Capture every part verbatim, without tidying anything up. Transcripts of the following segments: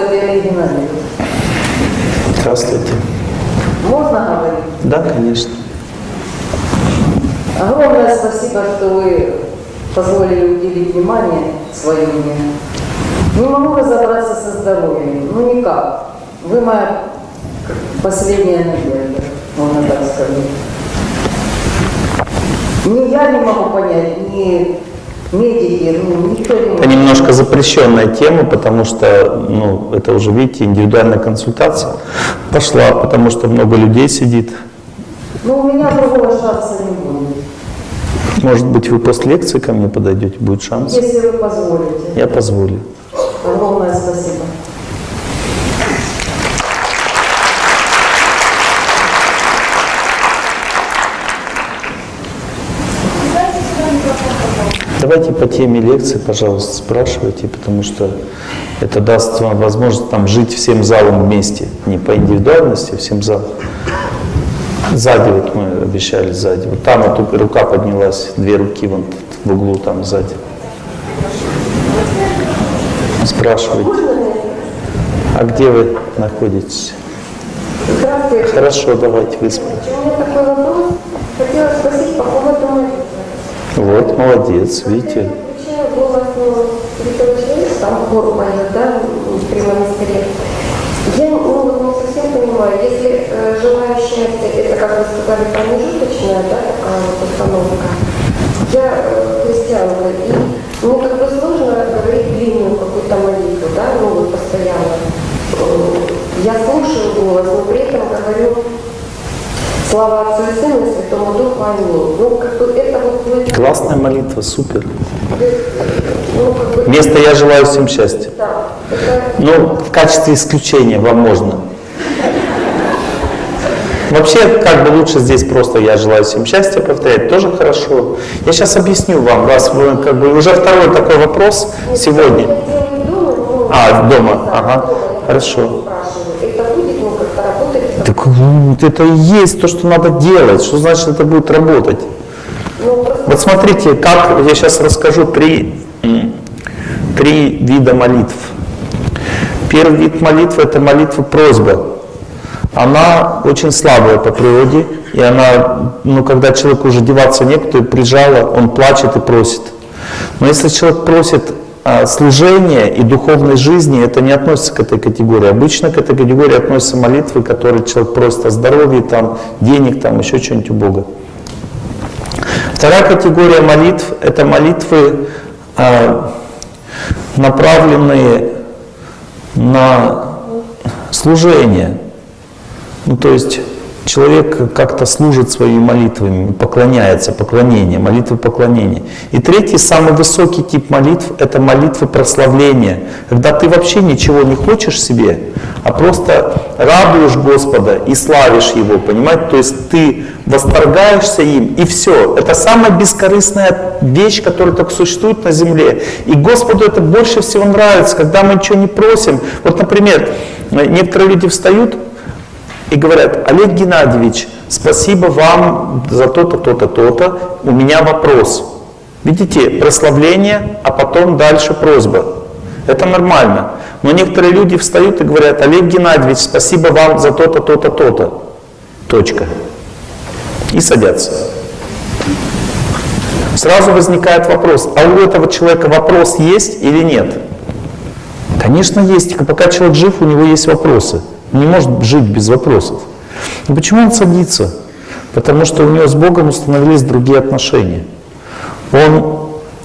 Здравствуйте, Олег Геннадьевич. Здравствуйте. Можно говорить? Да, конечно. Огромное спасибо, что вы позволили уделить внимание свое мне. Не могу разобраться со здоровьем. Ну никак. Вы моя последняя надежда, можно так сказать. Ни я не могу понять, ни медики, ну, никто не может. Это немножко запрещенная тема, потому что, ну, это уже, видите, индивидуальная консультация пошла, потому что много людей сидит. Ну, у меня другого шанса не будет. Может быть, вы после лекции ко мне подойдете, будет шанс? Если вы позволите. Я позволю. Огромное спасибо. Давайте по теме лекции, пожалуйста, спрашивайте, потому что это даст вам возможность там жить всем залом вместе, не по индивидуальности, а всем залом. Сзади, вот мы обещали сзади, вот там вот рука поднялась, две руки вон в углу там сзади. Спрашивайте. А где вы находитесь? Здравствуйте. Хорошо, давайте вы спросите. У меня такой вопрос. Хотела спросить по поводу молитвы. Вот, молодец, видите. Я включаю голос Святого Человека, там хор поет, да, при монастыре. Я ну, не совсем понимаю, если э, желаю счастья, это, как вы сказали, промежуточная, да, такая вот установка. Я э, христианка, и мне как бы сложно говорить длинную какую-то молитву, да, ну вот постоянно. Я слушаю голос, но при этом говорю слава Отцу и Сыну и Святому Духу, аминь. Ну, как бы это вот... Классная молитва, супер. Ну, как бы... Вместо «я желаю всем счастья». Да, это... Ну, в качестве исключения вам можно. Вообще, как бы лучше здесь просто «я желаю всем счастья» повторять, тоже хорошо. Я сейчас объясню вам, раз вы, как бы, уже второй такой вопрос сегодня. А, дома, ага, хорошо. Так вот это и есть то, что надо делать. Что значит это будет работать? Вот смотрите, как я сейчас расскажу три, три вида молитв. Первый вид молитвы — это молитва просьба. Она очень слабая по природе, и она, ну, когда человеку уже деваться некуда, прижала, он плачет и просит. Но если человек просит а, служения и духовной жизни, это не относится к этой категории. Обычно к этой категории относятся молитвы, которые человек просит о здоровье, там, денег, там, еще что-нибудь у Бога. Вторая категория молитв — это молитвы, а, направленные на служение. Ну, то есть человек как-то служит своими молитвами, поклоняется, поклонение, молитвы поклонения. И третий, самый высокий тип молитв — это молитвы прославления, когда ты вообще ничего не хочешь себе, а просто радуешь Господа и славишь Его, понимаете? То есть ты восторгаешься им, и все. Это самая бескорыстная вещь, которая только существует на земле. И Господу это больше всего нравится, когда мы ничего не просим. Вот, например, некоторые люди встают и говорят: Олег Геннадьевич, спасибо вам за то-то, то-то, то-то, у меня вопрос. Видите, прославление, а потом дальше просьба. Это нормально. Но некоторые люди встают и говорят: Олег Геннадьевич, спасибо вам за то-то, то-то, то-то. Точка. И садятся. Сразу возникает вопрос: а у этого человека вопрос есть или нет? Конечно, есть. Пока человек жив, у него есть вопросы. Он не может жить без вопросов. Но почему он садится? Потому что у него с Богом установились другие отношения. Он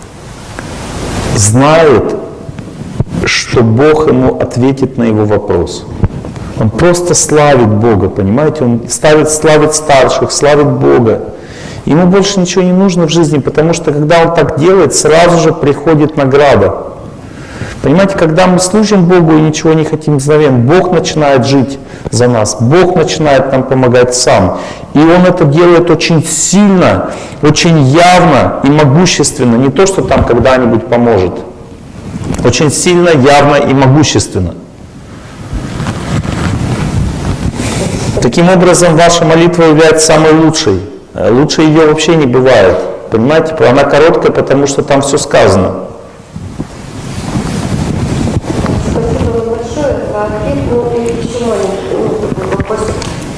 знает, что Бог ему ответит на его вопрос. Он просто славит Бога, понимаете? Он ставит, славит старших, славит Бога. Ему больше ничего не нужно в жизни, потому что когда он так делает, сразу же приходит награда. Понимаете, когда мы служим Богу и ничего не хотим взамен, Бог начинает жить за нас, Бог начинает нам помогать сам. И Он это делает очень сильно, очень явно и могущественно. Не то, что там когда-нибудь поможет. Очень сильно, явно и могущественно. Таким образом, ваша молитва является самой лучшей. Лучше ее вообще не бывает. Понимаете, она короткая, потому что там все сказано. Спасибо вам большое за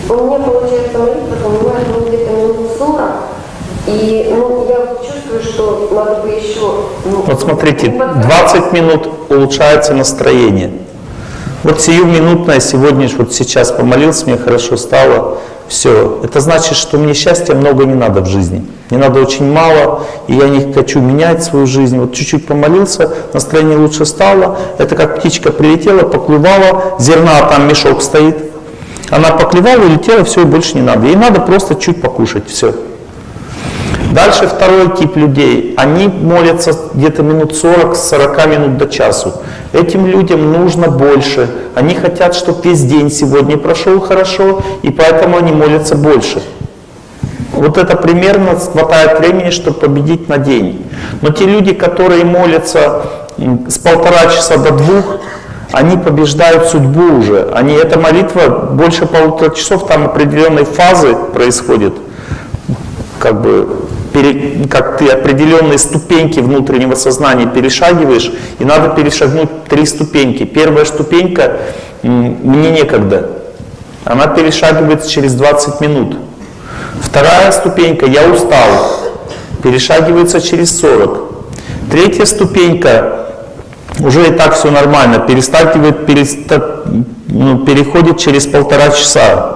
у меня получается молитва, понимаешь, ну где-то минут сорок, и ну, я чувствую, что надо бы еще... Ну, вот смотрите, двадцать минут улучшается настроение. Вот сиюминутное сегодня, вот сейчас помолился, мне хорошо стало, все. Это значит, что мне счастья много не надо в жизни. Мне надо очень мало, и я не хочу менять свою жизнь. Вот чуть-чуть помолился, настроение лучше стало. Это как птичка прилетела, поклевала, зерна там мешок стоит. Она поклевала, улетела, все, и больше не надо. Ей надо просто чуть покушать, все. Дальше второй тип людей. Они молятся где-то минут сорок, сорок минут до часу. Этим людям нужно больше. Они хотят, чтобы весь день сегодня прошел хорошо, и поэтому они молятся больше. Вот это примерно хватает времени, чтобы победить на день. Но те люди, которые молятся с полтора часа до двух, они побеждают судьбу уже. Они, эта молитва больше полутора часов, там определенной фазы происходит, как бы, как ты определенные ступеньки внутреннего сознания перешагиваешь, и надо перешагнуть три ступеньки. Первая ступенька «мне некогда», она перешагивается через двадцать минут. Вторая ступенька «я устал», перешагивается через сорок. Третья ступенька уже и так все нормально, перестакивает, переста, ну, переходит через полтора часа.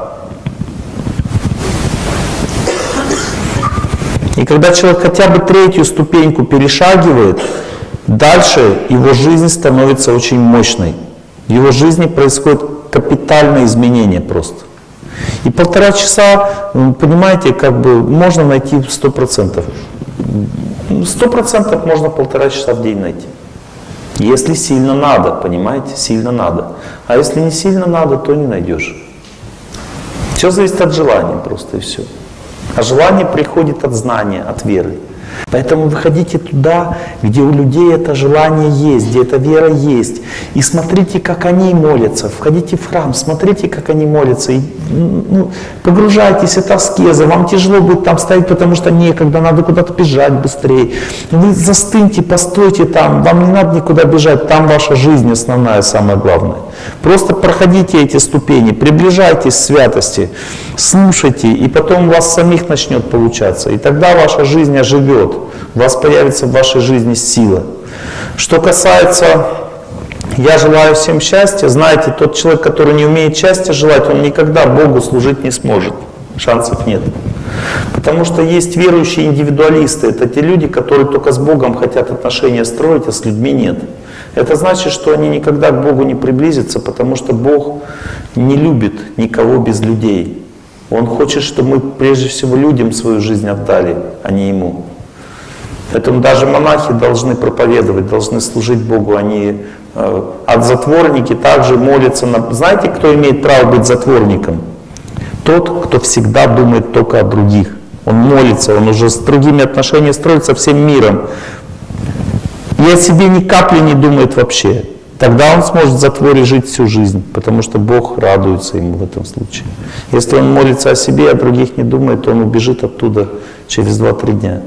И когда человек хотя бы третью ступеньку перешагивает, дальше его жизнь становится очень мощной. В его жизни происходит капитальное изменение просто. И полтора часа, понимаете, как бы можно найти сто процентов. Сто процентов можно полтора часа в день найти. Если сильно надо, понимаете, сильно надо. А если не сильно надо, то не найдешь. Все зависит от желания просто и все. А желание приходит от знания, от веры. Поэтому выходите туда, где у людей это желание есть, где эта вера есть. И смотрите, как они молятся. Входите в храм, смотрите, как они молятся. И, ну, погружайтесь, это аскеза. Вам тяжело будет там стоять, потому что некогда, надо куда-то бежать быстрее. Вы застыньте, постойте там. Вам не надо никуда бежать, там ваша жизнь основная, самое главное. Просто проходите эти ступени, приближайтесь к святости, слушайте, и потом у вас самих начнет получаться. И тогда ваша жизнь оживет. У вас появится в вашей жизни сила. Что касается «я желаю всем счастья», знаете, тот человек, который не умеет счастья желать, он никогда Богу служить не сможет. Шансов нет. Потому что есть верующие индивидуалисты. Это те люди, которые только с Богом хотят отношения строить, а с людьми нет. Это значит, что они никогда к Богу не приблизятся, потому что Бог не любит никого без людей. Он хочет, чтобы мы прежде всего людям свою жизнь отдали, а не Ему. Поэтому даже монахи должны проповедовать, должны служить Богу. Они э, от затворники также молятся. На... Знаете, кто имеет право быть затворником? Тот, кто всегда думает только о других. Он молится, он уже с другими отношения строит со всем миром. И о себе ни капли не думает вообще. Тогда он сможет в затворе жить всю жизнь, потому что Бог радуется ему в этом случае. Если он молится о себе, о других не думает, то он убежит оттуда через два-три дня.